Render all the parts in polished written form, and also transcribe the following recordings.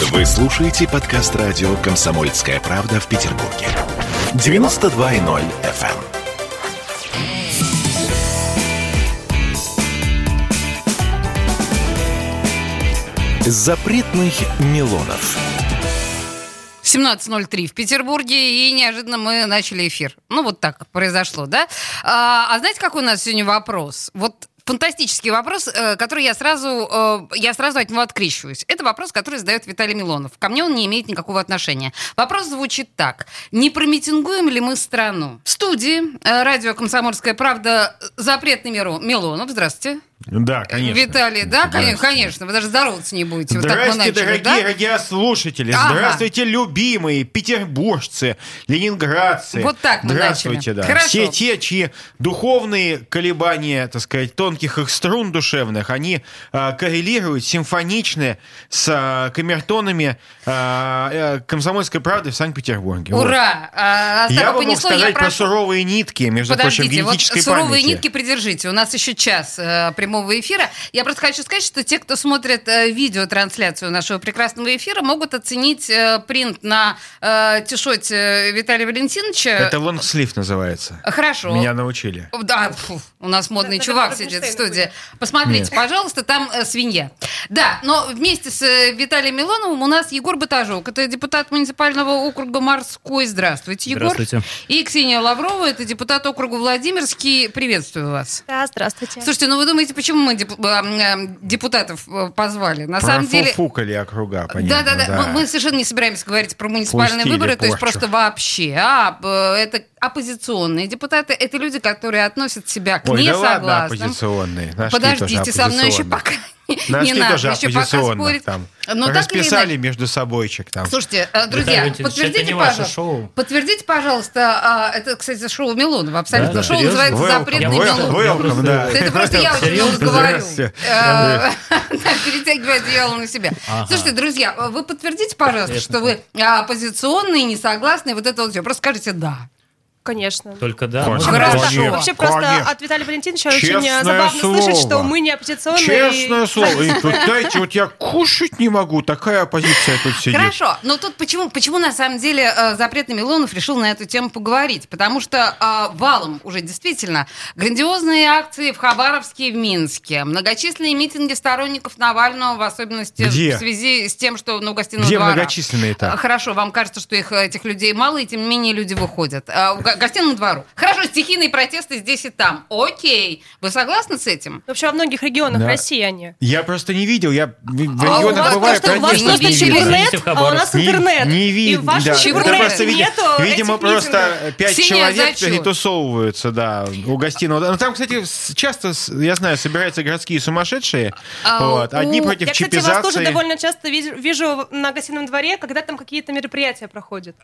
Вы слушаете подкаст радио «Комсомольская правда» в Петербурге. 92.0 FM. Запретных Милонов. 17:03 в Петербурге, и неожиданно мы начали эфир. Ну, вот так произошло, да? А знаете, какой у нас сегодня вопрос? Вот фантастический вопрос, который я сразу от него открещиваюсь. Это вопрос, который задает Виталий Милонов. Ко мне он не имеет никакого отношения. Вопрос звучит так. Не промитингуем ли мы страну? В студии радио «Комсомольская правда» запретный Милонов. Здравствуйте. Да, конечно. Виталий, да, конечно. Вы даже здороваться не будете. Вот Здравствуйте, так начали, дорогие радиослушатели. Ага. Здравствуйте, любимые петербуржцы, ленинградцы. Вот так мы Здравствуйте, начали. да. Хорошо. Все те, чьи духовные колебания, так сказать, тонких их струн душевных, они коррелируют симфоничны с камертонами «Комсомольской правды» в Санкт-Петербурге. Ура! Вот. Я бы мог сказать про суровые нитки, между прочим, Подождите, генетической вот суровые памяти. нитки придержите. У нас еще час прямого эфира. Я просто хочу сказать, что те, кто смотрит видеотрансляцию нашего прекрасного эфира, могут оценить принт на тишоте Виталия Валентиновича. Это лонгслив называется. Хорошо. Меня научили. Да, у нас модный чувак сидит в студии. Посмотрите, пожалуйста, там свинья. Да, но вместе с Виталием Милоновым у нас Егор Батажок. Это депутат муниципального округа Морской. Здравствуйте, Егор. Здравствуйте. И Ксения Лаврова, это депутат округа Владимирский. Приветствую вас. Да, здравствуйте. Слушайте, ну вы думаете, почему мы депутатов позвали? На самом деле... Профукали округа, понятно. Да. Мы совершенно не собираемся говорить про муниципальные Пустили выборы, то есть порчу. просто вообще. Это оппозиционные депутаты, это люди, которые относят себя к Ой, да ладно, несогласным. оппозиционные. Нашли Подождите, тоже со мной еще оппозиционных. пока не Нашли надо. тоже Еще пока оппозиционных спорить. там. Но так или Расписали иначе. между собойчик там. Слушайте, друзья, Виталий Валентинович, это подтвердите, не ваше пожалуйста. шоу. Подтвердите, пожалуйста, это, кстати, шоу Милонова. Абсолютно. Да? Шоу Серьезно? называется «Запретный Милонов». Welcome, да. Это просто я очень много Серьезно? говорю. Здравствуйте. Перетягиваю одеяло на себя. Ага. Слушайте, друзья, вы подтвердите, пожалуйста, что вы оппозиционные, не согласны, вот это вот все. Просто скажите «да». Конечно. Только да. Конечно. Хорошо. Вообще просто Конечно. от Виталия Валентиновича Честное очень забавно слово. слышать, что мы не оппозиционные. Честное слово. И тут, знаете, вот я кушать не могу, такая оппозиция тут сидит. Хорошо, но тут почему на самом деле запретный Милонов решил на эту тему поговорить? Потому что валом уже действительно грандиозные акции в Хабаровске и в Минске, многочисленные митинги сторонников Навального, в особенности Где? в связи с тем, что у гостиного Где двора. многочисленные-то? Хорошо, вам кажется, что этих людей мало, и тем не менее люди выходят. К гостиному двору. Хорошо, стихийные протесты здесь и там. Окей. Вы согласны с этим? Вообще во многих регионах Да. России они. Я просто не видел, я в у регионах вас бываю, просто, у вас конечно, просто не видел. интернет, Извините, в а у нас Хабаровске. интернет. Не И в видно, вашем да. чего интернете Это просто, нету видимо, этих просто митингов. 5 Ксения, человек зачет. перетусовываются, да, у гостиного. Но там, кстати, часто, я знаю, собираются городские сумасшедшие. Вот. Одни против Я, кстати, вас тоже чипизации. довольно часто вижу на гостином дворе, когда там какие-то мероприятия проходят.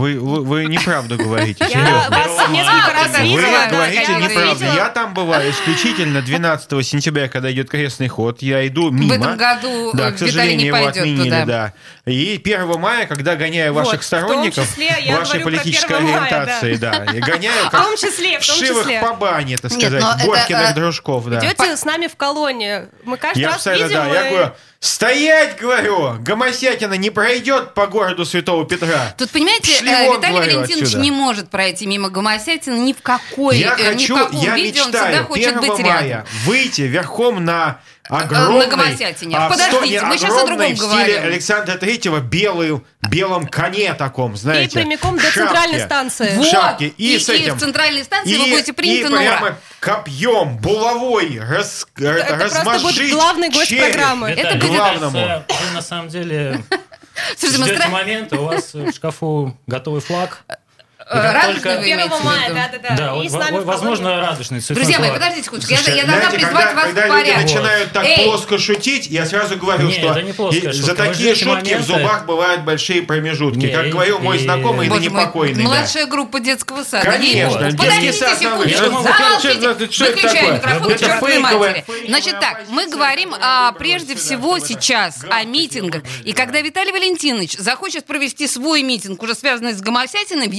Вы неправду говорите, Я серьезно. вас несколько раз Вы Вы видела. говорите да, неправду. видела. Я там бываю исключительно 12 сентября, когда идет крестный ход. Я иду мимо. В этом году Да, к Виталий сожалению, не его пойдет отменили, туда. да. И 1 мая, когда гоняю ваших в сторонников, том числе я вашей говорю про политической 1 мая, ориентации, да. И гоняю В как том числе. вшивых по бане, так Нет, сказать, но это, Борькиных дружков, да. Идете с нами в колонне. Мы каждый Я раз абсолютно, видим. да, я говорю, стоять, говорю, гомосятина не пройдет по городу Святого Петра. Тут, понимаете, Пшли вон, Виталий говорю, Валентинович отсюда. не может пройти мимо гомосятина ни в какой, Я ни в хочу, каком я виде, он всегда мечтаю хочет 1 быть мая рядом. выйти верхом на огромной... На гомосятине. в Подождите, стоне мы сейчас о огромной другом в стиле говорим. Александра Третьего белом коне таком, знаете. И прямиком до шапке. центральной станции. В Вот. шапке. И с этим. в центральной станции вы будете приняты и на ура. прямо копьем, булавой Это просто размозжить будет главный гость череп. программы. Это Виталий, будет- мне кажется, главному. Вы на самом деле Слушайте, мы ждете момента, у вас в шкафу готовый флаг. радостно только вы имеете 1 в мая, виду? да. Да, И с нами в возможно, колонне. радужный цветной Друзья мои, флаг. подождите секундочку, я Слушайте, должна знаете, призвать вас когда к люди порядку. начинают так Эй, плоско шутить, я сразу говорю, Не, что это не плоская за шутка. Вы такие ждете шутки в момента. зубах бывают большие промежутки. Не, Как говорил мой знакомый, да Боже мой, непокойный. да. младшая группа детского сада. Конечно, ей-богу. детский Подождите сад на улице. секундочку, Что замолчите. это Выключаю такое? микрофон, Это чертовой фейковая- матери. Значит так, мы говорим прежде всего сейчас о митингах. И когда Виталий Валентинович захочет провести свой митинг, уже связанный с гомосятиной, в его представлении,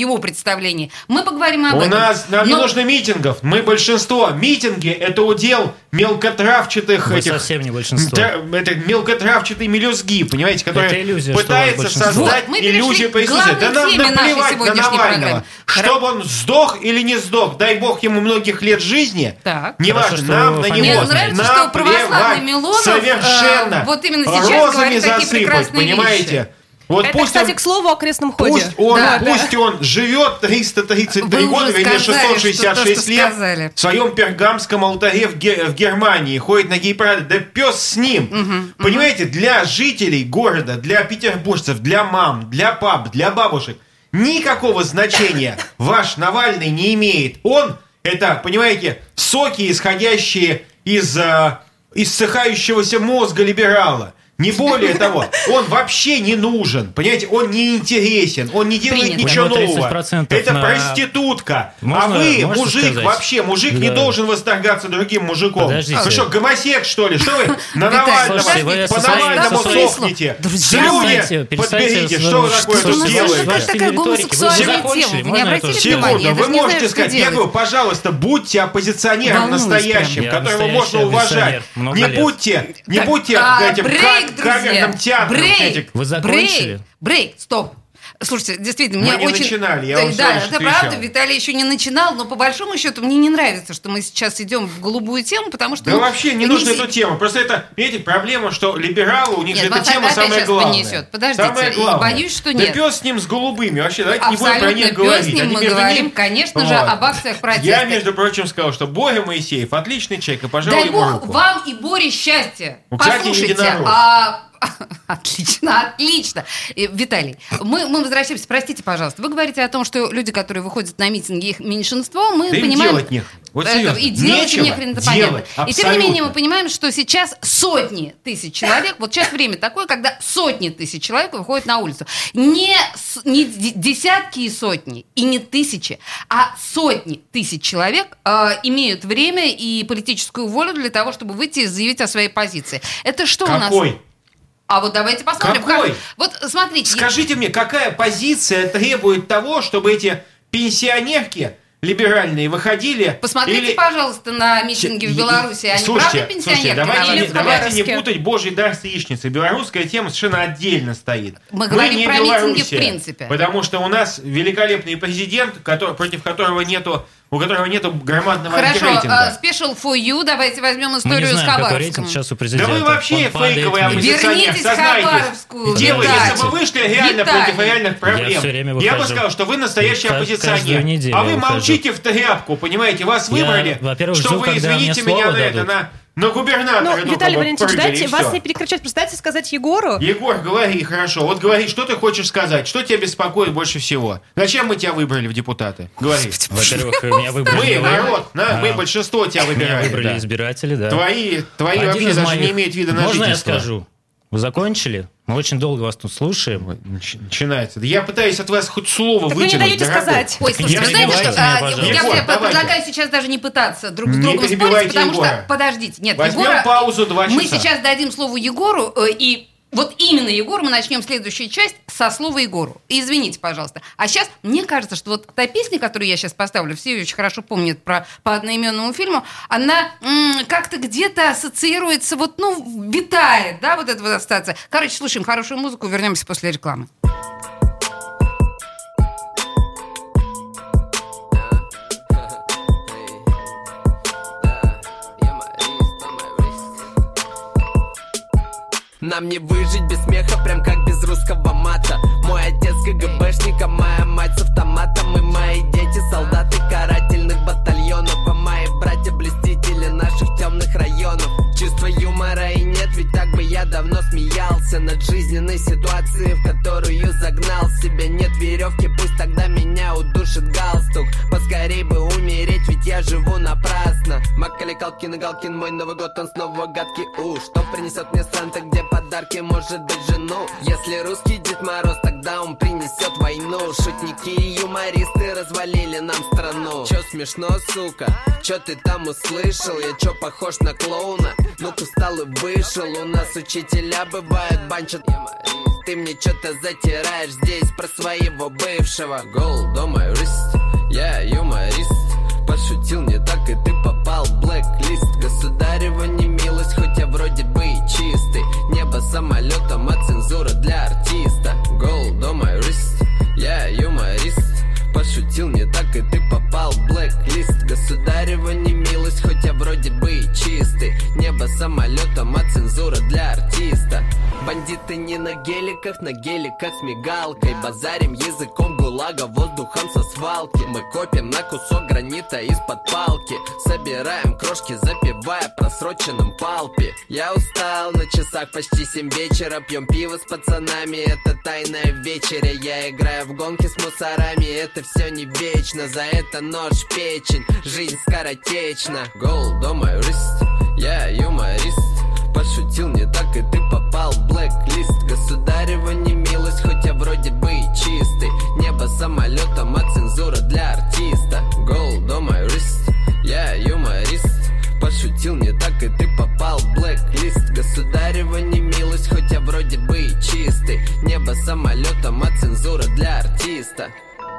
представлении. Мы поговорим об этом. У нас нам не нужно митингов. Мы большинство. Митинги — это удел мелкотравчатых Вы этих... совсем не большинство. Это мелкотравчатые мелюзги, понимаете, которые Это иллюзия, пытаются что у вас создать Вот, мы иллюзию перешли к присутствия. Да главной нам теме нашей наплевать на сегодняшней Навального. программы. Чтобы он сдох или не сдох, дай бог ему многих лет жизни, Так. неважно, Хорошо, что нам на фамилия него Мне нравится, что православный наплевать. Милонов Совершенно. вот именно сейчас розами говорит такие засыпать, прекрасные понимаете? вещи. Вот Это, пусть кстати, он... к слову о крестном ходе. Пусть он живет 333 Вы года, уже вернее, сказали, 666 что лет сказали. в своем пергамском алтаре в Германии, ходит на гей-парады, да пес с ним. Понимаете, для жителей города, для петербуржцев, для мам, для пап, для бабушек никакого значения ваш Навальный не имеет. Он, это, понимаете, соки, исходящие из иссыхающегося мозга либерала. Не более того, он вообще не нужен, понимаете, он не интересен, он не делает Принято. ничего Ну, 30% нового. Это на- проститутка. Можно- а вы, можете мужик, сказать? вообще, мужик не Да. должен восторгаться другим мужиком. Подождите. Вы что, гомосек, что ли? Что вы на Виталий, Навального, слушайте, вы по со своей- Навальному со своей- сохнете? Друзья Слюни перестаньте подберите, с- что вы такое что тут у нас делаете? какая-то такая гомосексуальная тема. Вы не обратили внимания? Секунду, Я вы даже не знаю, можете что сказать, я делать. говорю, пожалуйста, будьте оппозиционером Волнуюсь настоящим, прям. Я которого можно настоящий уважать. оппозиционер, много Не лет. будьте Так, этим брейк, друзья. камерным театром. Брейк. Вы закончили? Брейк, стоп. Слушайте, действительно, Мы мне не очень... начинали, я вам Да, всего лишь это отвечал. правда, Виталий еще не начинал, но по большому счету мне не нравится, что мы сейчас идем в голубую тему, потому что... Да вообще не нужно си- эту тему. Просто это, видите, проблема, что либералы, у них Нет, же эта вас тема опять самая сейчас главная. понесет. Подождите, Самое и главное. боюсь, что Да нет. пес с ним с голубыми. Вообще, давайте не будем Абсолютно, про них пес говорить. с ним Они мы между говорим, ними- конечно же, об акциях протеста. Я, между прочим, сказал, что Боря Моисеев отличный человек, и пожал Дай ему бог руку. вам и Боре счастья. Ну, кстати, Послушайте, единорог. Отлично, отлично. Виталий, мы возвращаемся. Простите, пожалуйста. Вы говорите о том, что люди, которые выходят на митинги, их меньшинство, мы Да им понимаем... делать нехрен. Вот Это- серьезно. и делать Нечего не хрен это делать. понятно. И тем не Абсолютно. менее мы понимаем, что сейчас сотни тысяч человек, вот сейчас время такое, когда сотни тысяч человек выходят на улицу. Не десятки и сотни, и не тысячи, а сотни тысяч человек имеют время и политическую волю для того, чтобы выйти и заявить о своей позиции. Это что у нас? Какой? А вот давайте посмотрим. Какой? Вот смотрите. Скажите мне, какая позиция требует того, чтобы эти пенсионерки либеральные выходили... Посмотрите, или- пожалуйста, на митинги в Беларуси. Они правда пенсионерки? давайте Навальные? не путать божий дар с яичницей. Белорусская тема совершенно отдельно стоит. Мы говорим не про митинги в Белоруссия, принципе. Потому что у нас великолепный президент, против которого у которого нету громадного Хорошо, антирейтинга. special for you. Давайте возьмем Мы не историю с знаем, какой Хабаровском. рейтинг сейчас у Да президента. вы вообще Он падает фейковый вниз. оппозиционер, Вернитесь в сознайтесь. Хабаровскую, Где вы? Виталий. Если бы вы вышли реально Виталий. против реальных проблем, Я всё время я бы выхожу. сказал, что вы настоящий Каждую оппозиционер. неделю А вы я выхожу. молчите в тряпку, понимаете? Вас выбрали, во-первых, что жду, вы, когда извините мне меня, слово на это, дадут. на губернатора. Ну, только Виталий вот Валентинович, прыгали, дайте и вас всё. не перекращать, просто дайте сказать Егору. Егор, говори, хорошо. Вот говори, что ты хочешь сказать? Что тебя беспокоит больше всего? Зачем мы тебя выбрали в депутаты? Говори. Во-первых, меня выбрали. Мы, не вы. народ, мы большинство тебя Меня выбирали. выбрали да. избиратели, да. Твои Один вообще из даже моих- не имеют вида на Можно я жительство. скажу? Вы закончили? Мы очень долго вас тут слушаем. Ой, начинается. Да я пытаюсь от вас хоть слово Так вы не вытянуть, даете дорогой. сказать. Ой, Так не слушайте, вы знаете, что перебивайте меня, я пожалуйста. Егор, давайте. предлагаю сейчас даже не пытаться друг с Не другом спорить, перебивайте потому Егора. что... Подождите, нет, Возьмем Егора... паузу 2 Мы часа. сейчас дадим слово Егору, и вот именно Егору мы начнем следующую часть со слова Егору. И извините, пожалуйста. А сейчас, мне кажется, что вот та песня, которую я сейчас поставлю, все ее очень хорошо помнят по одноименному фильму, она как-то где-то ассоциируется, вот, ну, витает, да, вот эта вот ассоциация. Короче, слушаем хорошую музыку, вернемся после рекламы. Нам не выжить без смеха, прям как без русского мата. Мой отец КГБшник, а моя мать с автоматом. И мои дети солдаты карательных батальонов. А мои братья блюстители наших темных районов. Чувства юмора и нет, ведь так бы я давно смеялся над жизненной ситуацией, в которую загнал себя. Нет веревки, пусть тогда меня удушит галстук. Поскорей бы умереть, ведь я живу напрасно. Макали, Калкин и Галкин, мой Новый год, он снова гадкий. Что принесет мне Санта, где подарки, может быть, жену? Если русский Дед Мороз, тогда он принесет войну. Шутники и юмористы развалили нам страну. Чё смешно, сука? Чё ты там услышал? Я чё похож на клоуна? Ну-ка встал и вышел. У нас учителя бывают банчат. ты мне что-то затираешь здесь про своего бывшего. Гол, дома, юрист, я юморист. Пошутил не так, и ты попал в блэк-лист. Государева не милость, хоть я вроде бы и чистый. Небо самолетом, а цензура для артиста. Гол, дома, юрист, я юморист. Пошутил не так, и ты попал в блэк-лист. Государева не милость, хоть я вроде бы и чистый. Небо самолетом, а цензура для артиста. Бандиты не на геликах с мигалкой. Базарим языком гулага, воздухом со свалки. Мы копим на кусок гранита из-под палки. Собираем крошки, запивая просроченным палпи. Я устал, на часах почти 7 вечера. Пьем пиво с пацанами, это тайная вечеря. Я играю в гонки с мусорами, это все не вечно. За это нож в печень, жизнь скоротечна. Гол, дома, юрист, я юморист. Пошутил не так, и ты попал в блэк-лист. Государева не милость, хоть я вроде бы и чистый. Небо самолетом, а цензура для артиста. Гол, дома, юрист, я юморист. Пошутил не так, и ты попал в блэк-лист. Государева не милость, хоть я вроде бы и чистый. Небо самолетом, а цензура для артиста.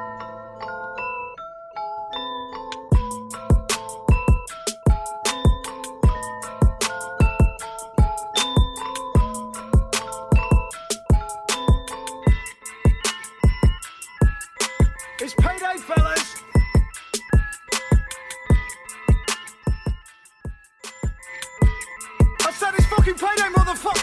It's payday, fellas! I said it's fucking payday, motherfucker!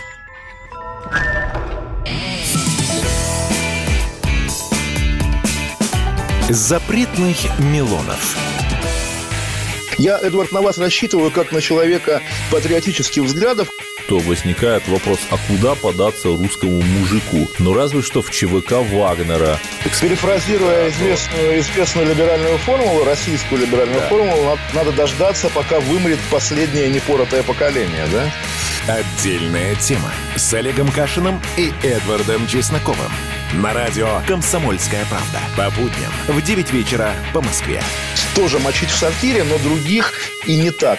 Запретных Милонов. Я, Эдвард, на вас рассчитываю как на человека патриотических взглядов. То возникает вопрос, а куда податься русскому мужику? Ну, разве что в ЧВК Вагнера. Перефразируя известную либеральную формулу, российскую либеральную формулу, надо дождаться, пока вымрет последнее непоротое поколение, да? Отдельная тема с Олегом Кашиным и Эдвардом Чесноковым. На радио «Комсомольская правда». По будням в 9 вечера по Москве. Тоже мочить в сортире, но других и не так.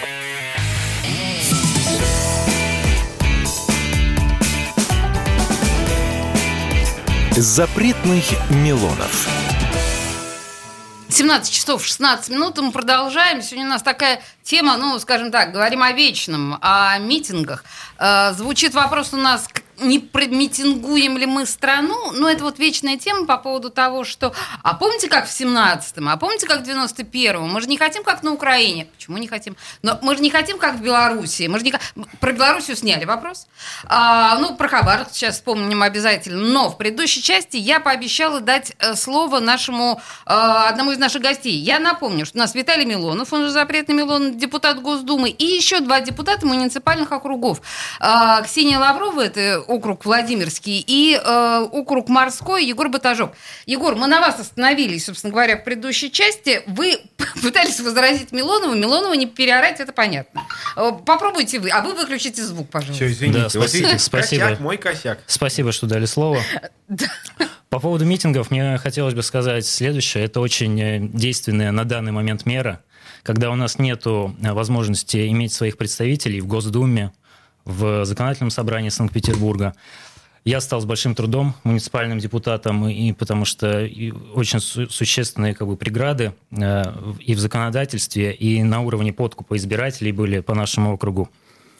Запретных Милонов. 17 часов 16 минут, и мы продолжаем. Сегодня у нас такая тема, ну, скажем так, говорим о вечном, о митингах. Звучит вопрос у нас, не промитингуем ли мы страну? Но это вот вечная тема по поводу того, что... А помните, как в 17-м? А помните, как в 91-м? Мы же не хотим, как на Украине. Почему не хотим? Но мы же не хотим, как в Беларуси. Мы же не... Про Белоруссию сняли вопрос. Про Хабаровск сейчас вспомним обязательно. Но в предыдущей части я пообещала дать слово одному из наших гостей. Я напомню, что у нас Виталий Милонов, он же запретный Милонов, депутат Госдумы, и еще 2 депутата муниципальных округов. Ксения Лаврова, это округ Владимирский, и округ Морской, Егор Батажок. Егор, мы на вас остановились, собственно говоря, в предыдущей части. Вы пытались возразить Милонову. Милонова не переорать, это понятно. Попробуйте вы, а вы выключите звук, пожалуйста. Все, извините. Да, спасибо. Косяк, мой косяк. Спасибо, что дали слово. По поводу митингов мне хотелось бы сказать следующее. Это очень действенная на данный момент мера, когда у нас нет возможности иметь своих представителей в Госдуме, в законодательном собрании Санкт-Петербурга. Я стал с большим трудом муниципальным депутатом, и потому что очень существенные преграды и в законодательстве, и на уровне подкупа избирателей были по нашему округу.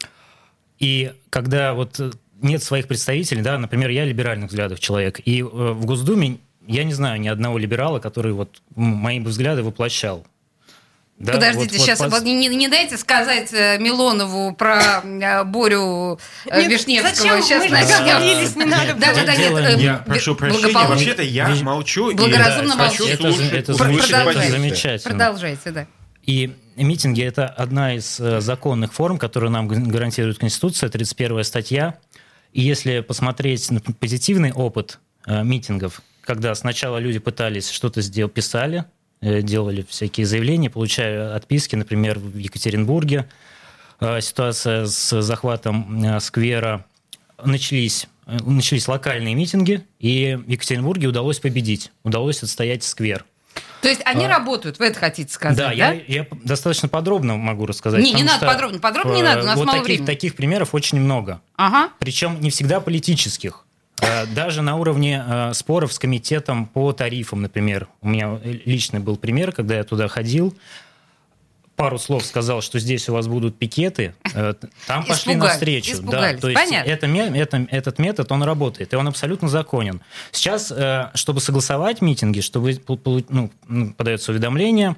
И когда нет своих представителей, да, например, я либеральных взглядов человек, и в Госдуме я не знаю ни одного либерала, который мои взгляды воплощал. Да, подождите, сейчас не дайте сказать Милонову про Борю Вишневского. Зачем? Мы договорились, не надо. Я прошу прощения, вообще-то я молчу. Благоразумно молчу. Это замечательно. Продолжайте, да. И митинги – это одна из законных форм, которые нам гарантирует Конституция, 31-я статья. И если посмотреть на позитивный опыт митингов, когда сначала люди пытались что-то сделать, писали, делали всякие заявления, получая отписки, например, в Екатеринбурге. Ситуация с захватом сквера. Начались локальные митинги, и в Екатеринбурге удалось победить, удалось отстоять сквер. То есть они работают, вы это хотите сказать, да? Я достаточно подробно могу рассказать. Не надо подробно не надо, у нас мало времени. Таких примеров очень много. Ага. Причем не всегда политических. Даже на уровне споров с комитетом по тарифам, например. У меня личный был пример, когда я туда ходил, пару слов сказал, что здесь у вас будут пикеты, там пошли навстречу. Да, то есть этот метод, он работает, и он абсолютно законен. Сейчас, чтобы согласовать митинги, чтобы подается уведомление,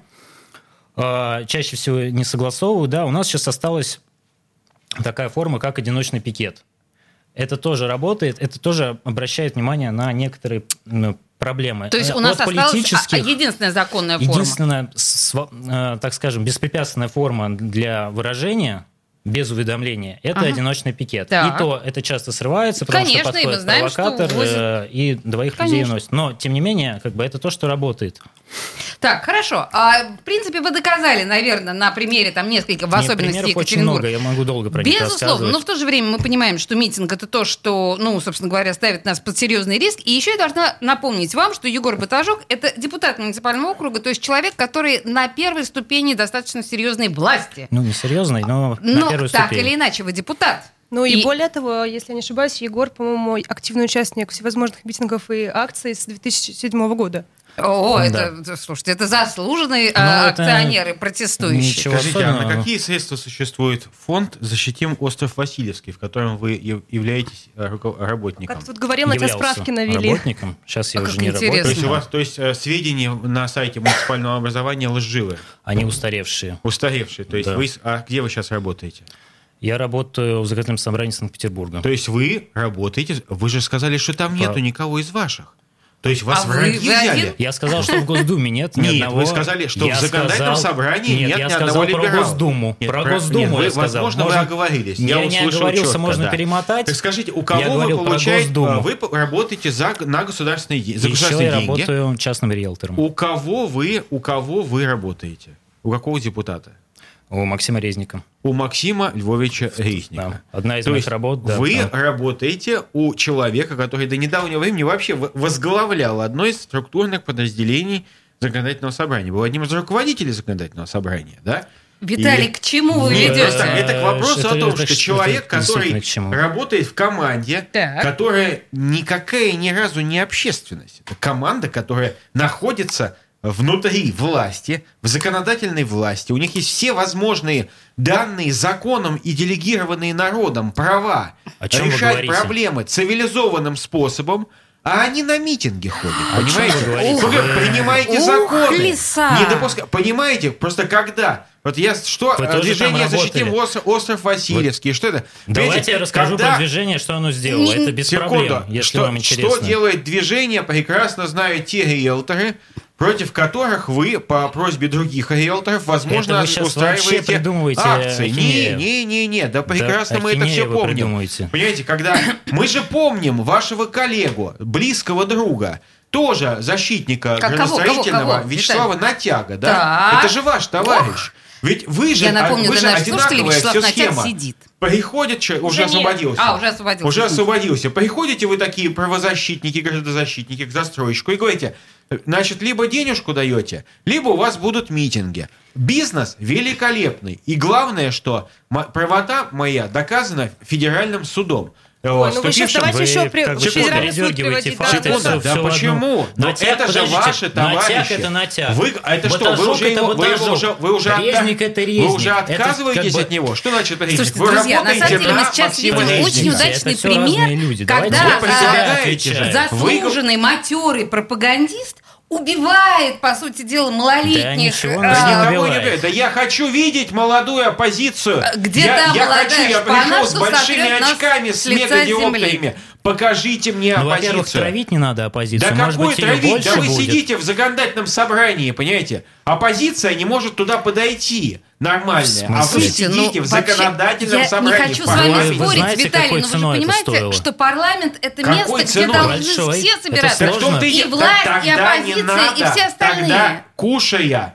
чаще всего не согласовывают, да, у нас сейчас осталась такая форма, как одиночный пикет. Это тоже работает, это тоже обращает внимание на некоторые проблемы. То есть у нас осталась единственная законная форма. Единственная, так скажем, беспрепятственная форма для выражения без уведомления – это одиночный пикет. Так. И то это часто срывается, потому что подходит провокатор и двоих людей носит. Но, тем не менее, это то, что работает. Так, хорошо. В принципе, вы доказали, наверное, на примере нескольких, в особенности Екатеринбурга. Очень много, я могу долго про них рассказывать. Безусловно, но в то же время мы понимаем, что митинг – это то, что, собственно говоря, ставит нас под серьезный риск. И еще я должна напомнить вам, что Егор Батажок – это депутат муниципального округа, то есть человек, который на первой ступени достаточно серьезной власти. Не серьезной, но на первой ступени. Так или иначе, вы депутат. И более того, если я не ошибаюсь, Егор, по-моему, активный участник всевозможных митингов и акций с 2007 года. Слушайте, это заслуженные акционеры, протестующие. Скажите, а на какие средства существует фонд «Защитим остров Васильевский», в котором вы являетесь работником? Как тут говорил, на тебя справки навели. Работником? Сейчас я уже не работаю. То есть сведения на сайте муниципального образования лживые? Они устаревшие. Устаревшие. То есть где вы сейчас работаете? Я работаю в законодательном собрании Санкт-Петербурга. То есть вы работаете, вы же сказали, что там нету никого из ваших. То есть вас враги взяли? Я сказал, что в Госдуме нет ни одного... Нет, вы сказали, что в законодательном собрании нет ни одного либерала. Про Госдуму. Про Госдуму я сказал. Возможно, вы оговорились. Я не оговорился, можно перемотать. Так скажите, у кого вы получаете... Вы работаете на государственные деньги. Еще я работаю частным риэлтором. У кого вы работаете? У какого депутата? У Максима Резника. У Максима Львовича Резника. Да. Одна из моих работ. Да, вы работаете у человека, который до недавнего времени вообще возглавлял одно из структурных подразделений законодательного собрания. Был одним из руководителей законодательного собрания, да? Виталий, к чему вы ведете? Это к вопросу о том, что человек, который работает в команде, которая никакая ни разу не общественность. Это команда, которая находится внутри власти, в законодательной власти. У них есть все возможные данные законом и делегированные народом права решать проблемы цивилизованным способом, а они на митинги ходят. Понимаете? Вы принимаете законы. Понимаете? Просто когда... Движение «Защитим остров Васильевский». Что это? Давайте я расскажу про движение, что оно сделало. Это без проблем, если вам интересно. Что делает движение, прекрасно знают те риэлторы, против которых вы по просьбе других риэлторов, возможно, устраиваете акции. Не, да прекрасно мы это все помним. Понимаете, когда мы же помним вашего коллегу, близкого друга, тоже защитника градостроительного Вячеслава Натяга, да? Это же ваш товарищ. Ведь вы же, одинаковая все схема. Приходит человек, уже освободился. Уже освободился. Приходите вы такие правозащитники, градозащитники к застройщику и говорите, значит, либо денежку даете, либо у вас будут митинги. Бизнес великолепный. И главное, что правота моя доказана федеральным судом. Вы сейчас давайте еще федеральный суд приводить. Да почему? Но это же ваши товарищи. Натяг это натяг. Это что, вы уже отказываетесь от него? Что значит Резник? Слушайте, друзья, на самом деле мы сейчас видим очень удачный пример, когда заслуженный матерый пропагандист убивает, по сути дела, малолетних. Да я хочу видеть молодую оппозицию. Я пришел с большими очками, с мегадиоптриями. Покажите мне оппозицию. Во-первых, травить не надо оппозицию. Да какой травить? Да вы сидите в законодательном собрании, понимаете? Оппозиция не может туда подойти нормальная. А вы сидите в законодательном собрании. Я не хочу с вами спорить, Виталий, но вы же понимаете, что парламент – это место, где должны все собираться. И власть, и оппозиция, и все остальные. Тогда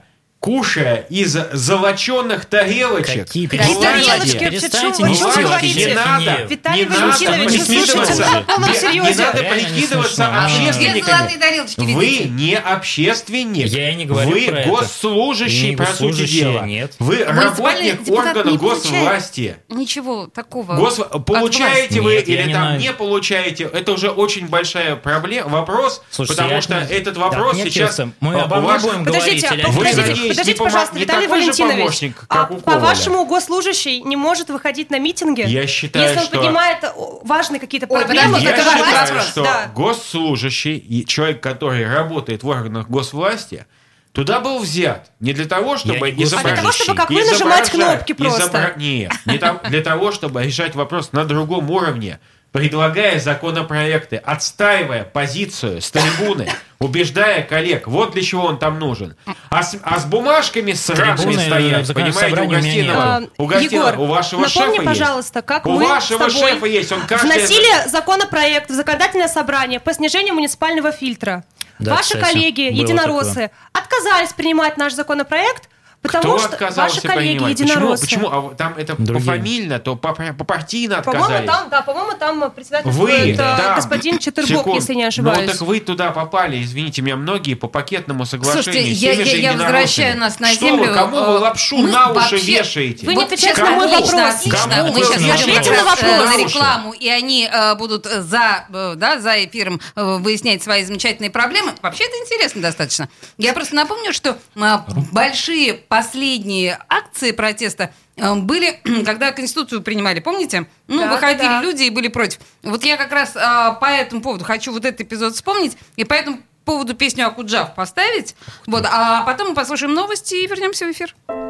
кушая из золоченных тарелочек. Какие тарелочки? Перестаньте О нести чем вы ложь. говорите? Не надо Виталий Валентинович, вы слушайте прикидываться, на полном не серьезе. надо Реально прикидываться не смешно. Где общественниками. золотые тарелочки Вы видите? не общественник. Я и не говорю Вы про это. госслужащий, Не по сути госслужащий, дела. нет. Вы Муниципальный работник депутат органа не получает госвласти. Ничего такого. Получаете вы Нет, я или не там знаю. не получаете, это уже очень большая проблема, вопрос, Слушайте, потому я что отнес- этот вопрос Так, сейчас... мы обо мне будем говорить Подождите, или о Вы, подождите, надеюсь, подождите, не пожалуйста, не Виталий такой же Валентинович. помощник, как у Коваля. По-вашему, госслужащий не может выходить на митинги? Я считаю, если он что- поднимает важные какие-то Ой, проблемы, подождите, Я это важный считаю, вопрос. что Да. госслужащий, и человек, который работает в органах госвласти, туда был взят не для того, чтобы Я не А для того, чтобы как вы нажимать кнопки просто. Нет, не для того, чтобы решать вопрос на другом уровне, предлагая законопроекты, отстаивая позицию с трибуны, убеждая коллег, вот для чего он там нужен. А с бумажками сраными Трибуны стоять, в понимаете, собрании у меня нет. Егор, у вашего напомни, шефа пожалуйста, есть. как У мы вашего с тобой шефа есть, он каждый... вносили законопроект в законодательное собрание по снижению муниципального фильтра. Да, Ваши кстати, коллеги, было единороссы, отказались принимать наш законопроект, потому Кто что отказался ваши коллеги, принимать? единороссы. Почему? А там это Другие. пофамильно, то попартийно По-моему, отказались. там председатель Вы, да, господин Четырбок, секунд. если не ошибаюсь. Ну так вы туда попали, извините меня, многие по пакетному соглашению. Слушайте, с теми же я возвращаю единороссами. нас на Что землю. вы, кому вы лапшу Мы на уши вообще- вешаете? Вы не отвечаете Кому? на мой вопрос. Отлично. Кому Мы вы сейчас ответите идем на как раз, вопрос? на рекламу, и они будут за эфиром выяснять свои замечательные проблемы. Вообще это интересно достаточно. Я просто напомню, что большие последние акции протеста были, когда Конституцию принимали, помните? Да, Выходили да. люди и были против. Вот я как раз по этому поводу хочу вот этот эпизод вспомнить, и по этому поводу песню «Акуджав» поставить. Вот, а потом мы послушаем новости и вернемся в эфир.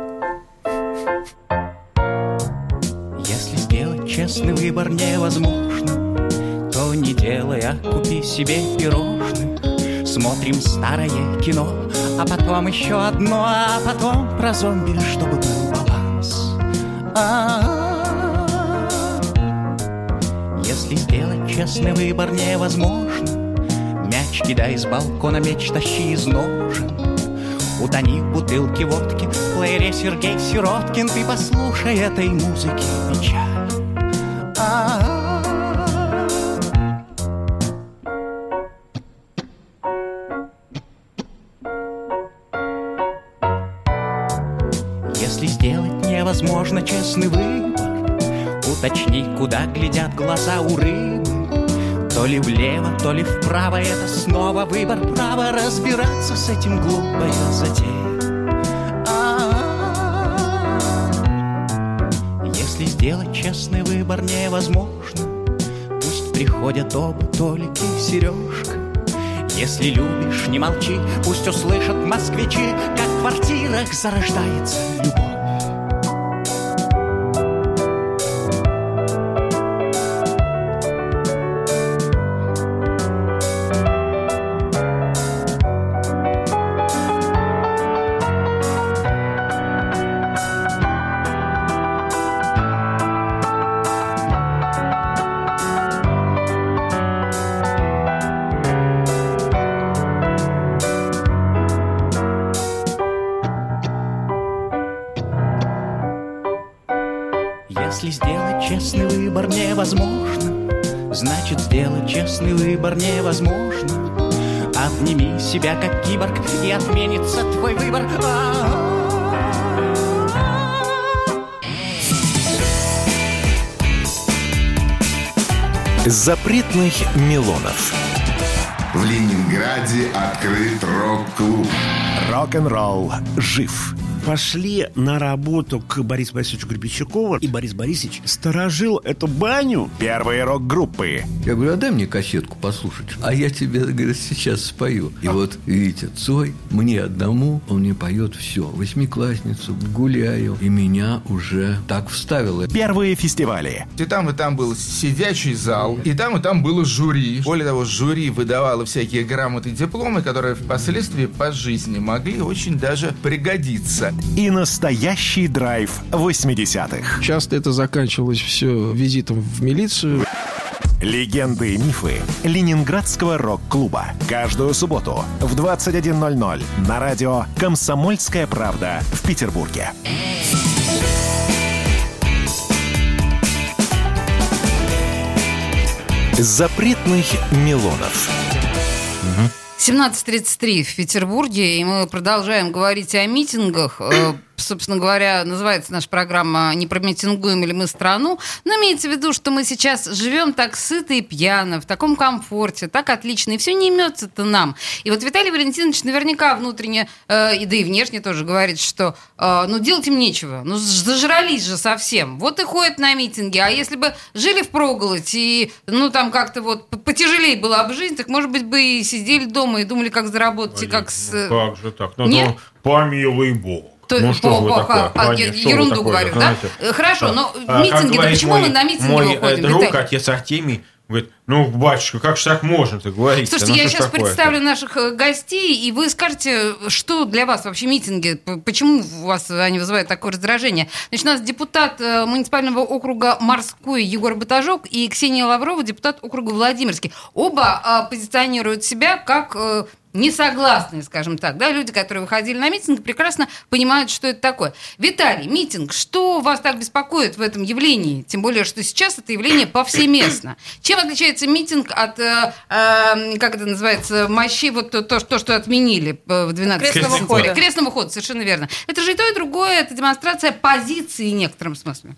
Если сделать честный выбор невозможно, то не делай, а купи себе пирожных. Смотрим старое кино, а потом еще одно, а потом про зомби, чтобы был баланс. Если сделать честный выбор невозможно, мяч кидай с балкона, меч тащи из ножен. Утони в бутылке водки, в плеере Сергей Сироткин. Ты послушай этой музыки печаль. Если сделать невозможно честный выбор, уточни, куда глядят глаза у рыбы. То ли влево, то ли вправо, это снова выбор права. Разбираться с этим глупая затея. Если сделать честный выбор невозможно, пусть приходят оба Толик и Сережка. Если любишь, не молчи, пусть услышат москвичи, как в квартирах зарождается любовь. Если сделать честный выбор невозможно, значит сделать честный выбор невозможно. Обними себя как киборг, и отменится твой выбор. Запретных Милонов. В Ленинграде открыт рок-клуб. Рок-н-ролл жив. Пошли на работу к Борису Борисовичу Гребенщикову, и Борис Борисович сторожил эту баню. Первые рок-группы. Я говорю, а дай мне кассетку послушать. А я тебе, говорит, сейчас спою. И вот, видите, Цой мне одному, он мне поет все. Восьмиклассницу, гуляю. И меня уже так вставило. Первые фестивали. И там был сидячий зал, и там было жюри. Более того, жюри выдавало всякие грамоты и дипломы, которые впоследствии по жизни могли очень даже пригодиться. И настоящий драйв 80-х. Часто это заканчивалось все визитом в милицию. Легенды и мифы Ленинградского рок-клуба. Каждую субботу в 21:00 на радио «Комсомольская правда» в Петербурге. Запретных Милонов. 17:33 в Петербурге, и мы продолжаем говорить о митингах. Собственно говоря, называется наша программа «Не промитингуем ли мы страну?». Но имеется в виду, что мы сейчас живем так сыто и пьяно, в таком комфорте, так отлично, и все не имется-то нам. И вот Виталий Валентинович наверняка внутренне, да и внешне тоже говорит, что делать им нечего, зажрались же совсем. Вот и ходят на митинги, а если бы жили впроголодь и, там как-то вот потяжелее была бы жизнь, так, может быть, бы и сидели дома и думали, как заработать, и как... Как же так? Нет? Помилуй Бог. Что вы такое? Ерунду говорю, да? Хорошо, но митинги-то почему мы на митинги выходим? Мой друг, отец Артемий, говорит, батюшка, как же так можно-то говорить? Слушайте, я сейчас представлю наших гостей, и вы скажете, что для вас вообще митинги, почему у вас они вызывают такое раздражение. Значит, у нас депутат муниципального округа Морской Егор Батажок и Ксения Лаврова, депутат округа Владимирский. Оба позиционируют себя как... несогласные, скажем так, да, люди, которые выходили на митинг, прекрасно понимают, что это такое. Виталий, митинг, что вас так беспокоит в этом явлении? Тем более, что сейчас это явление повсеместно. Чем отличается митинг от, как это называется, мощей, вот то, что отменили в 12 Крестного хода. Крестного хода, совершенно верно. Это же и то, и другое, это демонстрация позиции в некотором смысле.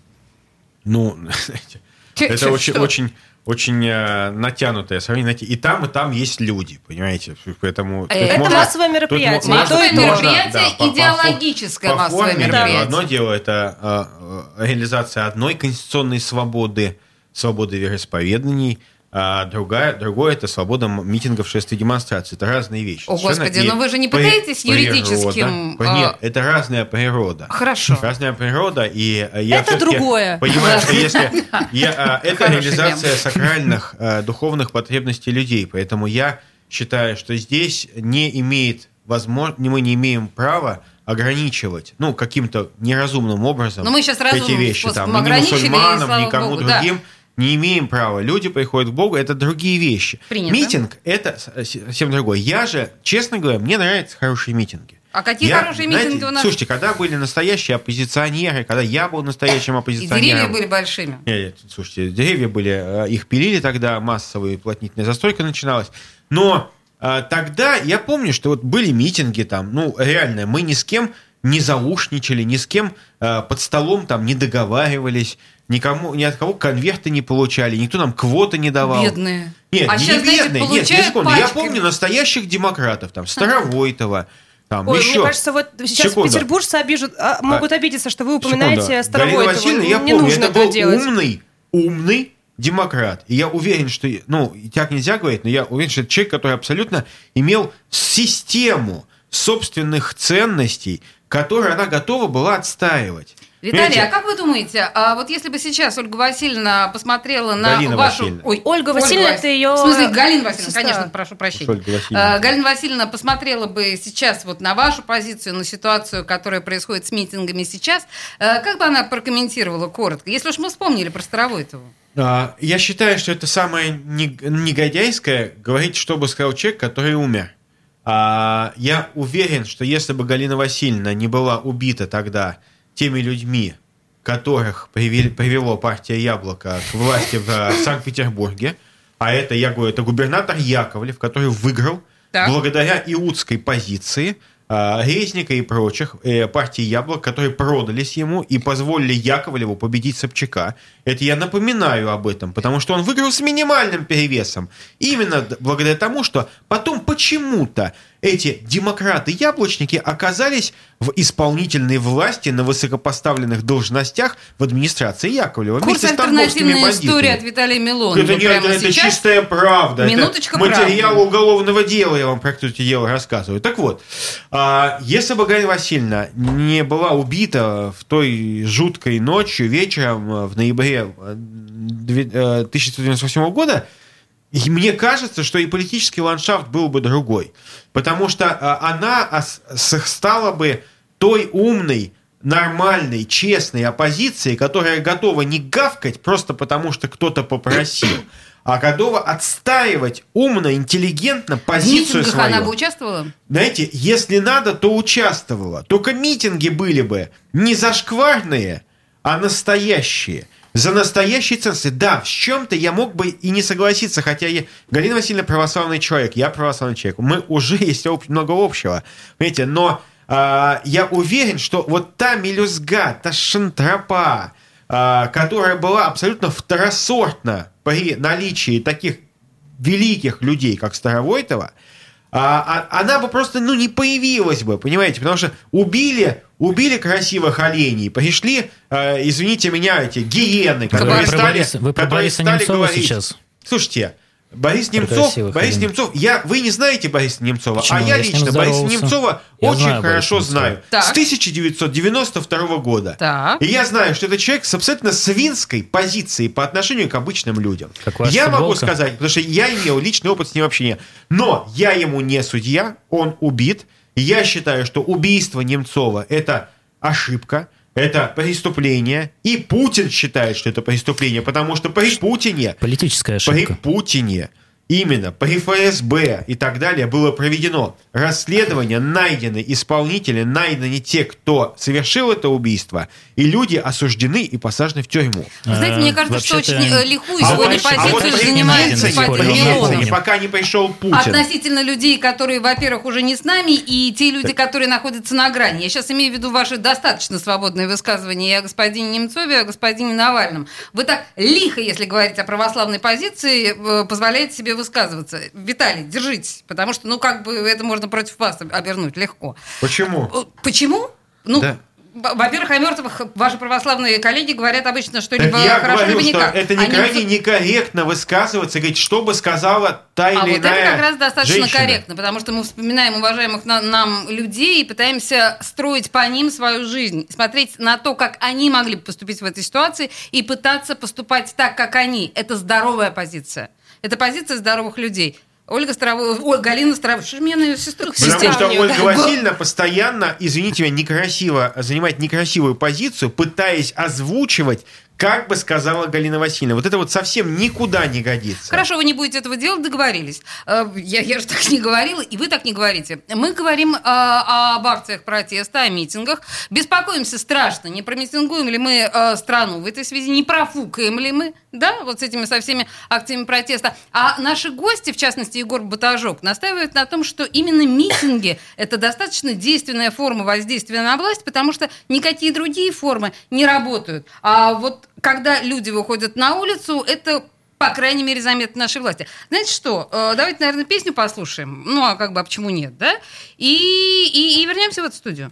Знаете, это очень натянутое сравнение. И там есть люди, понимаете? Поэтому это массовое мероприятие. Массовое мероприятие, идеологическое массовое мероприятие. Одно дело – это реализация одной конституционной свободы вероисповеданий, а другое – это свобода митингов, шествий, демонстраций. Это разные вещи. О, Господи, но вы же не пытаетесь юридическим... Нет, это разная природа. Хорошо. Разная природа, и я это другое. Понимаю, что если... Это реализация сакральных духовных потребностей людей, поэтому я считаю, что здесь мы не имеем права ограничивать, каким-то неразумным образом эти вещи. Ни мусульманам, никому другим. Не имеем права. Люди приходят к Богу, это другие вещи. Принято. Митинг – это совсем другое. Я же, честно говоря, мне нравятся хорошие митинги. А какие хорошие митинги у нас? Слушайте, когда были настоящие оппозиционеры, когда я был настоящим оппозиционером... И деревья были большими. Нет, слушайте, деревья были... Их пилили тогда, массовая плотнительная застройка начиналась. Но тогда я помню, что вот были митинги там, реально, мы ни с кем не заушничали, ни с кем под столом там не договаривались, ни от кого конверты не получали, никто нам квоты не давал. Бедные. Нет, не бедные. Нет, секунду. Я помню настоящих демократов, там, Старовойтова, там, еще. Мне кажется, вот сейчас петербуржцы могут обидеться, что вы упоминаете Старовойтова. Галина Васильевна, я помню, это был умный демократ. И я уверен, что, так нельзя говорить, но я уверен, что это человек, который абсолютно имел систему собственных ценностей, которые она готова была отстаивать. Виталий, а как вы думаете, вот если бы сейчас Ольга Васильевна посмотрела на Галина вашу... Васильевна. Ой, Ольга Васильевна, это ее... В смысле, Галина Васильевна, сестра. конечно, прошу прощения. Галина Васильевна посмотрела бы сейчас вот на вашу позицию, на ситуацию, которая происходит с митингами сейчас, как бы она прокомментировала коротко, если уж мы вспомнили про Старовойтову? Я считаю, что это самое негодяйское говорить, что бы сказал человек, который умер. Я уверен, что если бы Галина Васильевна не была убита тогда теми людьми, которых привело партия «Яблоко» к власти в Санкт-Петербурге, а это, я говорю, это губернатор Яковлев, который выиграл благодаря иудской позиции Резника и прочих партии «Яблок», которые продались ему и позволили Яковлеву победить Собчака. Это я напоминаю об этом, потому что он выиграл с минимальным перевесом. Именно благодаря тому, что потом почему-то эти демократы-яблочники оказались в исполнительной власти на высокопоставленных должностях в администрации Яковлева. Курс «Альтернативная история» от Виталия Милонова. Это чистая правда. Минуточка это материал уголовного дела, я вам про это дело рассказываю. Так вот, если бы Галина Васильевна не была убита в той жуткой ночью, вечером в ноябре 1998 года, и мне кажется, что и политический ландшафт был бы другой. Потому что она стала бы той умной, нормальной, честной оппозицией, которая готова не гавкать просто потому, что кто-то попросил, а готова отстаивать умно, интеллигентно позицию свою. Она бы участвовала? Знаете, если надо, то участвовала. Только митинги были бы не зашкварные, а настоящие. За настоящие ценности. Да, в чем-то я мог бы и не согласиться, хотя Галина Васильевна православный человек, я православный человек. Мы уже есть много общего. Понимаете, но я уверен, что вот та мелюзга, та шантропа, которая была абсолютно второсортна при наличии таких великих людей, как Старовойтова, она бы просто не появилась бы, понимаете, потому что убили красивых оленей, пришли, извините меня, эти гиены, которые стали говорить... Сейчас. Слушайте, Борис Немцов, вы не знаете Бориса Немцова, почему? Я лично Бориса Немцова очень хорошо знаю. Так. С 1992 года. Так. И я знаю, что это человек с абсолютно свинской позицией по отношению к обычным людям. Я могу сказать, потому что я имел личный опыт с ним общения, но я ему не судья, он убит. Я считаю, что убийство Немцова – это ошибка. Это преступление. И Путин считает, что это преступление, потому что при Путине... Политическая ошибка. При Путине, именно при ФСБ и так далее было проведено расследование, найдены исполнители, найдены те, кто совершил это убийство, и люди осуждены и посажены в тюрьму. Знаете, мне кажется, что очень лихую сегодня позицию занимает господин Милонов. Пока не пришел Путин. Относительно людей, которые, во-первых, уже не с нами, и те люди, которые находятся на грани. Я сейчас имею в виду ваши достаточно свободные высказывания и о господине Немцове, и о господине Навальном. Вы так лихо, если говорить о православной позиции, позволяете себе высказываться. Виталий, держитесь, потому что, это можно против вас обернуть легко. Почему? Почему? Во-первых, о мертвых ваши православные коллеги говорят обычно, что либо я хорошо, говорю, либо никак. Это крайне некорректно высказываться, говорить, что бы сказала та или иная вот это как раз достаточно женщина. корректно, потому что мы вспоминаем уважаемых нам людей и пытаемся строить по ним свою жизнь, смотреть на то, как они могли бы поступить в этой ситуации и пытаться поступать так, как они. Это здоровая позиция. Это позиция здоровых людей. Галина Старовойтова. Что же меня на сестру Потому что Ольга Васильевна постоянно, извините меня, некрасиво занимает некрасивую позицию, пытаясь озвучивать, как бы сказала Галина Васильевна. Вот это вот совсем никуда не годится. Хорошо, вы не будете этого делать, договорились. Я же так не говорила, и вы так не говорите. Мы говорим об акциях протеста, о митингах. Беспокоимся страшно, не промитингуем ли мы страну в этой связи, не профукаем ли мы, да, вот с этими со всеми акциями протеста. А наши гости, в частности, Егор Батажок, настаивают на том, что именно митинги – это достаточно действенная форма воздействия на власть, потому что никакие другие формы не работают. А вот когда люди выходят на улицу, это, по крайней мере, заметно нашей власти. Знаете что? Давайте, наверное, песню послушаем. А почему нет, да? И вернемся в эту студию.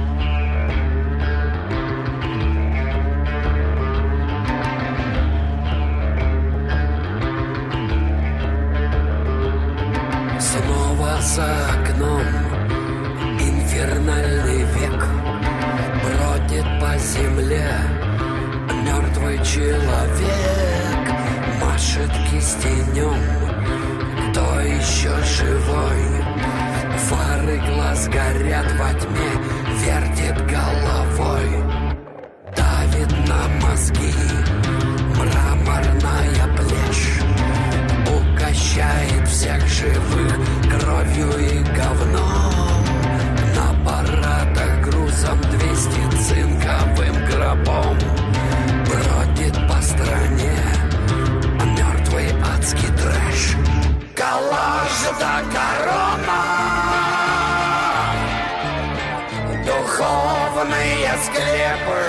Снова за окном инфернальный век бродит по земле. Мертвый человек машет кистенем. Кто еще живой? Фары глаз горят во тьме, вертит головой. Давит на мозги мраморная плешь. Угощает всех живых кровью и говном. На парадах грузом 200 цинковым гробом. Бродит по стране мертвый адский трэш. Коллаж да корона, духовные склепы,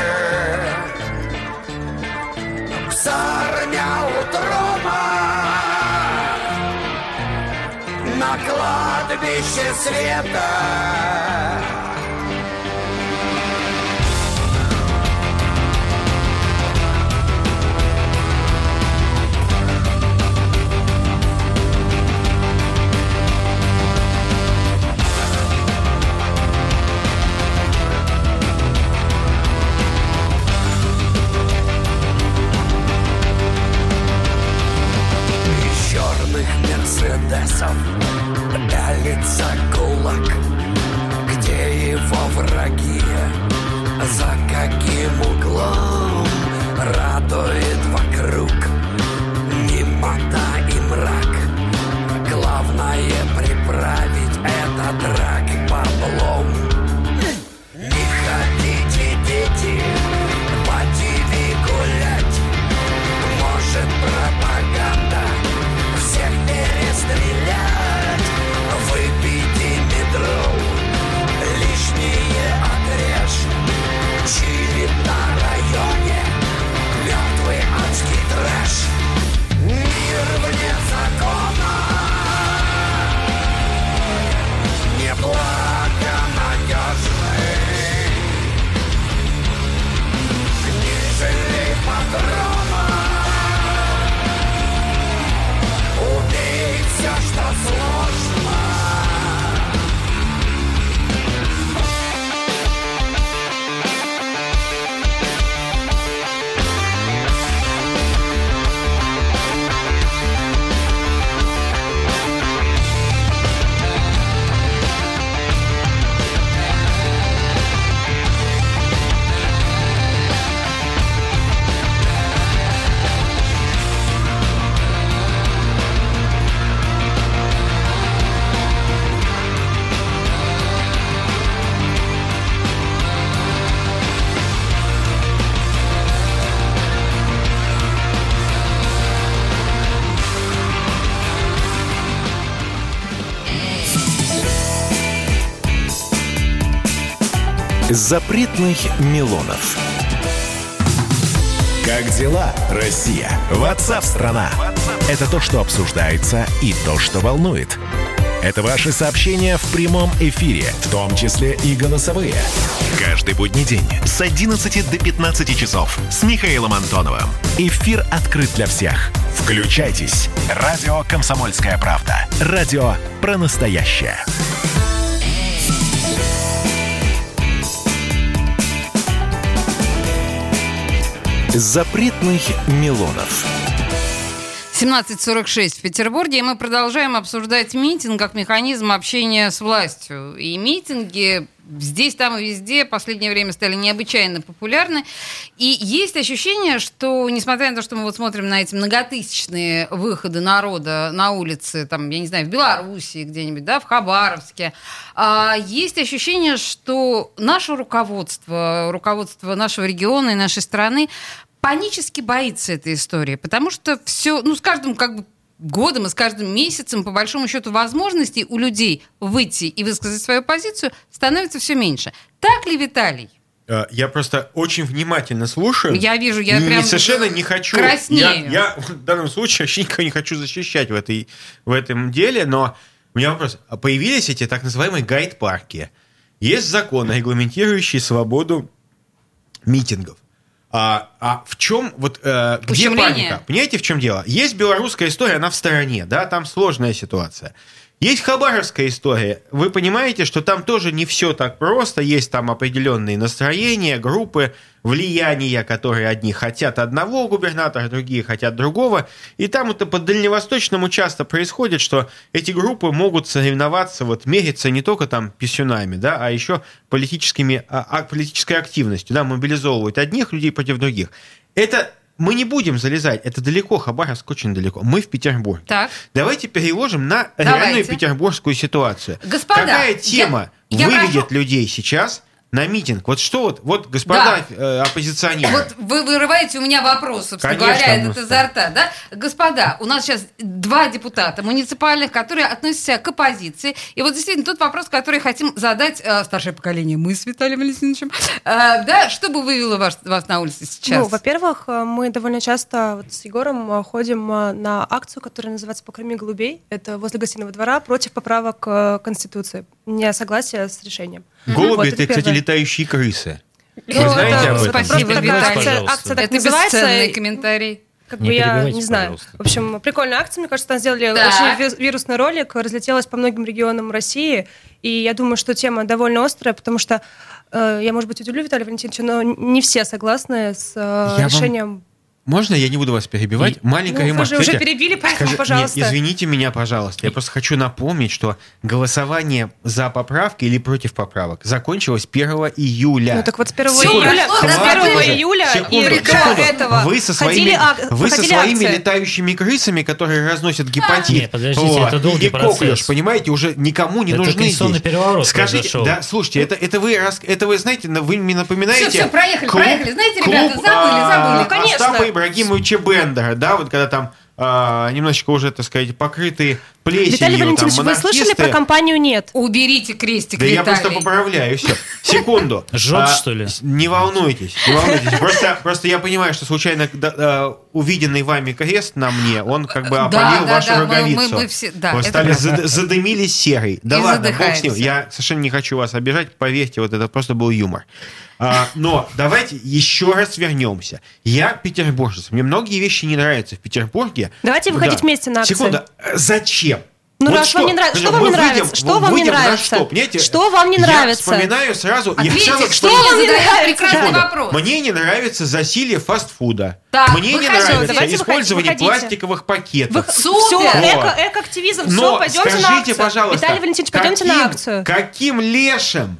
псарня у трона, на кладбище света. Мерседесов пялится кулак, где его враги, за каким углом радует вокруг. Не темнота и мрак. Главное приправить этот рак баблом. Не ходите, дети, по ТВ гулять. Может пропаганда всех перестрелять. Выпейте метро, лишнее отрежь. Чили на районе, мертвый адский трэш. Мир вне закона, неблагонадежный. Не жалей патрона, убей все, что сложно. Запретных Милонов. Как дела, Россия? WhatsApp-страна! Это то, что обсуждается, и то, что волнует. Это ваши сообщения в прямом эфире, в том числе и голосовые. Каждый будний день с 11 до 15 часов с Михаилом Антоновым. Эфир открыт для всех. Включайтесь. Радио «Комсомольская правда». Радио про настоящее. Запретных Милонов. 17:46 в Петербурге, и мы продолжаем обсуждать митинг как механизм общения с властью. И митинги здесь, там и везде в последнее время стали необычайно популярны. И есть ощущение, что, несмотря на то, что мы вот смотрим на эти многотысячные выходы народа на улицы, там, я не знаю, в Белоруссии где-нибудь, да, в Хабаровске, есть ощущение, что наше руководство нашего региона и нашей страны панически боится этой истории, потому что все, с каждым годом и с каждым месяцем, по большому счету, возможностей у людей выйти и высказать свою позицию становится все меньше. Так ли, Виталий? Я просто очень внимательно слушаю. Я вижу, я прям совершенно не хочу. Краснею. Я в данном случае вообще никого не хочу защищать в этом деле, но у меня вопрос. Появились эти так называемые гайд-парки. Есть закон, регламентирующий свободу митингов. В чем, где паника? Понимаете, в чем дело? Есть белорусская история, она в стороне, да, там сложная ситуация. Есть хабаровская история. Вы понимаете, что там тоже не все так просто. Есть там определенные настроения, группы, влияния, которые одни хотят одного губернатора, другие хотят другого. И там это по Дальневосточному часто происходит, что эти группы могут соревноваться, мериться не только там писюнами, да, а еще политической активностью, да, мобилизовывать одних людей против других. Это мы не будем залезать, это далеко, Хабаровск очень далеко. Мы в Петербурге. Так. Давайте переложим на реальную петербургскую ситуацию. Господа, какая тема выведет людей сейчас на митинг? Господа оппозиционеры. Вы вырываете у меня вопрос, собственно говоря, это изо рта, да? Господа, у нас сейчас 2 депутата муниципальных, которые относятся к оппозиции. И действительно тот вопрос, который хотим задать старшее поколение, мы с Виталием Валентиновичем. Да, что бы вывело вас на улице сейчас? Во-первых, мы довольно часто с Егором ходим на акцию, которая называется «Покорми голубей». Это возле Гостиного двора против поправок к Конституции. Несогласие с решением. Голуби — это, кстати, летающие крысы. Вы знаете об этом? Спасибо, Виталий. Акция так называется. Это бесценный комментарий. Я не знаю. В общем, прикольная акция. Мне кажется, там сделали очень вирусный ролик, разлетелась по многим регионам России. И я думаю, что тема довольно острая, потому что я, может быть, удивлю Виталия Валентиновича, но не все согласны с решением Можно я не буду вас перебивать? Маленькая ремарка. Вы же уже перебили, поэтому, пожалуйста. Нет, извините меня, пожалуйста. Я просто хочу напомнить, что голосование за поправки или против поправок закончилось 1 июля. Ну так вот с 1 июля вы со своими летающими крысами, которые разносят гепатит. Нет, подождите, это долгий процесс. Коклюш, понимаете, уже никому не нужны. Это конституционный переворот произошел. Да, слушайте, это вы знаете, вы мне напоминаете... Все, проехали. Знаете, ребята, забыли. Ну, конечно. Остапа Ибрагимовича Бендера, да, вот когда там немножечко уже, так сказать, покрытые плесенью. Виталий Валентинович, вы слышали про компанию «Нет»? Уберите крестик, да Виталий. Я просто поправляю, все. Секунду. Жжет, что ли? Не волнуйтесь. Просто я понимаю, что случайно увиденный вами крест на мне, он как бы опалил вашу роговицу. Вы стали задымились серой. Да ладно, бог с ним. Я совершенно не хочу вас обижать, поверьте, вот это просто был юмор. Но давайте еще раз вернемся. Я петербуржец. Мне многие вещи не нравятся в Петербурге. Давайте выходить вместе на акцию. Секунду. Зачем? Ну, вот раз вам не нравится, что вам не нравится? Что вам не нравится? Что вам не нравится? Я вспоминаю сразу... Ответьте, что вам не нравится? Прекрасный вопрос. Мне не нравится засилье фастфуда. Так, мне не нравится использование пластиковых пакетов. Все, экоактивизм, все, пойдемте на акцию. Пожалуйста, Виталий Валентинович, пойдемте на акцию. Каким лешим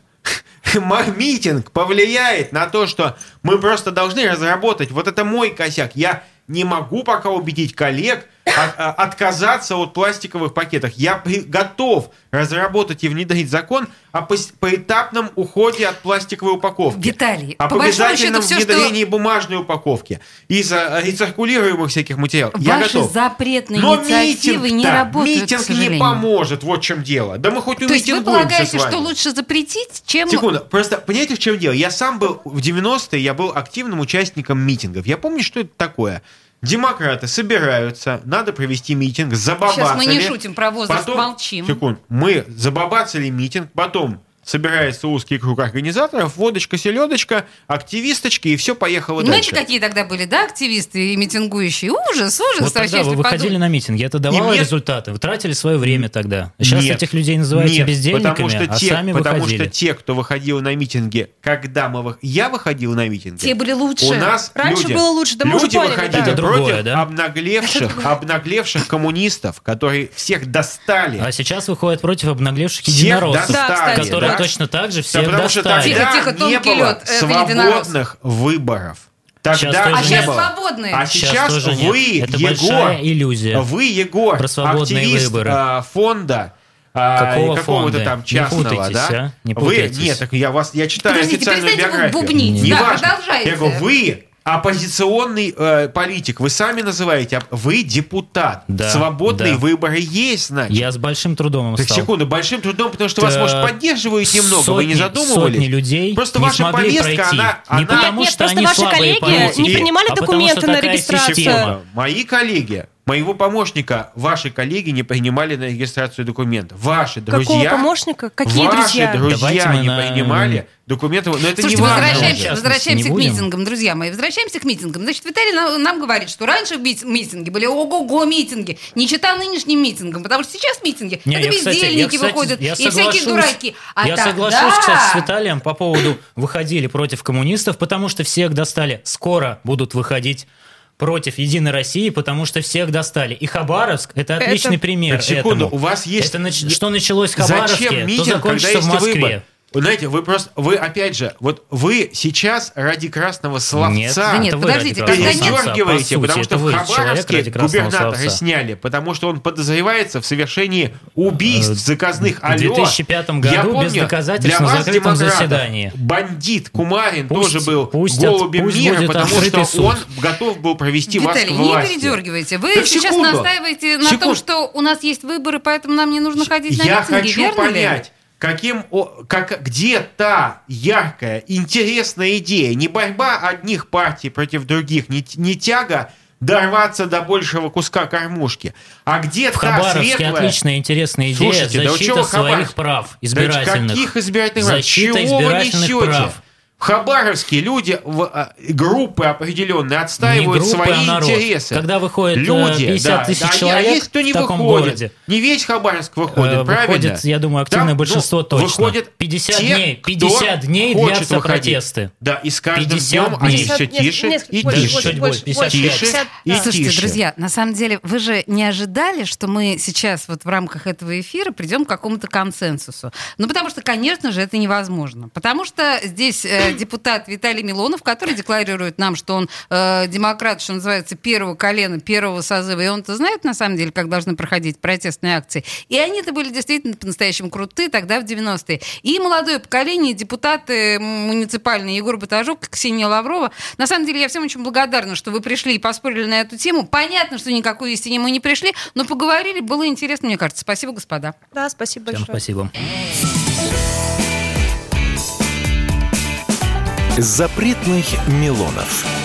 митинг повлияет на то, что мы просто должны разработать, вот это мой косяк, я не могу пока убедить коллег отказаться от пластиковых пакетов. Я готов разработать и внедрить закон о поэтапном уходе от пластиковой упаковки. Виталий, о обязательном внедрении бумажной упаковки из рециркулируемых всяких материалов. Я готов. Ваши запретные инициативы не работают, митинг не поможет, вот в чем дело. Да мы хоть умитингуемся с вами. То есть вы полагаете, что лучше запретить, чем... Секунду, просто понимаете, в чем дело? Я сам был в 90-е, я был активным участником митингов. Я помню, что это такое. Демократы собираются, надо провести митинг, забабацали. Сейчас мы не шутим про возраст, потом, молчим. Секунд, мы забабацали митинг, потом собирается узкий круг организаторов, водочка, селедочка, активисточки, и все поехало дальше. Знаете, какие тогда были, да, активисты и митингующие? Ужас. Вот тогда вы выходили на митинги, это давало результаты, вы тратили свое время тогда. Сейчас этих людей называете бездельниками, сами выходили. Потому что те, кто выходил на митинги, когда я выходил на митинги... Те были лучше. У нас раньше было лучше, да мы уже поняли. Люди выходили против да? обнаглевших коммунистов, которые всех достали. А сейчас выходят против обнаглевших единороссов, которые точно так же всех достали. Тогда не было свободных выборов. Тогда сейчас свободные. А сейчас вы, это большая иллюзия. Вы, Егор, про свободные активист выборы. Фонда какого-то там частного, да? Не путайтесь. Нет, так я читаю официальную биографию. Бубнить. Да, продолжайте. Я говорю, вы оппозиционный политик, вы сами называете, вы депутат. Да, свободные выборы есть, значит. Я с большим трудом им стал. Так, секунду, большим трудом, потому что вас, может, поддерживают немного, вы не задумывались? Сотни людей просто не ваша повестка, пройти. она... Не потому, нет, что просто они ваши коллеги не принимали документы на регистрацию. Мои коллеги, моего помощника, ваши коллеги не принимали на регистрацию документов. Ваши друзья... Какого помощника? Какие друзья? Ваши друзья не принимали документы. Но это слушайте, не важно. Возвращаемся к митингам, друзья мои. Возвращаемся к митингам. Значит, Виталий нам говорит, что раньше митинги были ого-го митинги, не чита нынешним митингам, потому что сейчас митинги, это бездельники выходят и всякие дураки. Я соглашусь, кстати, с Виталием по поводу выходили против коммунистов, потому что всех достали. Скоро будут выходить против Единой России, потому что всех достали. И Хабаровск – это отличный пример секунду, этому. У вас есть... Что началось в Хабаровске, зачем митинг, то закончится в Москве. Выбор? Знаете, вы опять же, вот вы сейчас ради красного словца подождите, передергиваете, потому что в Хабаровске губернатора сняли, потому что он подозревается в совершении убийств заказных. В 2005 году без доказательств на закрытом заседании. Бандит Кумарин тоже был голубем мира, потому что он готов был провести вас к власти. Не передергивайте. Вы сейчас настаиваете на том, что у нас есть выборы, поэтому нам не нужно ходить на митинги, верно ли? Я хочу понять. Где та яркая, интересная идея? Не борьба одних партий против других, не тяга дорваться до большего куска кормушки, а где в та Хабаровске светлая... отличная интересная идея. Защита своих прав избирательных. Каких избирательных прав? Защита избирательных прав. В Хабаровске люди, группы определенные отстаивают свои интересы. Когда выходит люди, 50 тысяч человек, а есть кто не в таком выходит? городе. Не весь Хабаровск выходит, правильно? Выходит, я думаю, активное большинство точно. Выходит 50 дней длятся протесты. Да, и с каждым днем они все тише и тише. Слушайте, друзья, на самом деле, вы же не ожидали, что мы сейчас вот в рамках этого эфира придем к какому-то консенсусу. Ну, потому что, конечно же, это невозможно. Потому что здесь депутат Виталий Милонов, который декларирует нам, что он демократ, что называется, первого колена, первого созыва, и он-то знает, на самом деле, как должны проходить протестные акции. И они-то были действительно по-настоящему крутые тогда, в 90-е. И молодое поколение, депутаты муниципальные Егор Батажук, Ксения Лаврова. На самом деле, я всем очень благодарна, что вы пришли и поспорили на эту тему. Понятно, что никакой истине мы не пришли, но поговорили, было интересно, мне кажется. Спасибо, господа. Да, спасибо большое. Всем спасибо. Запретных Милонов.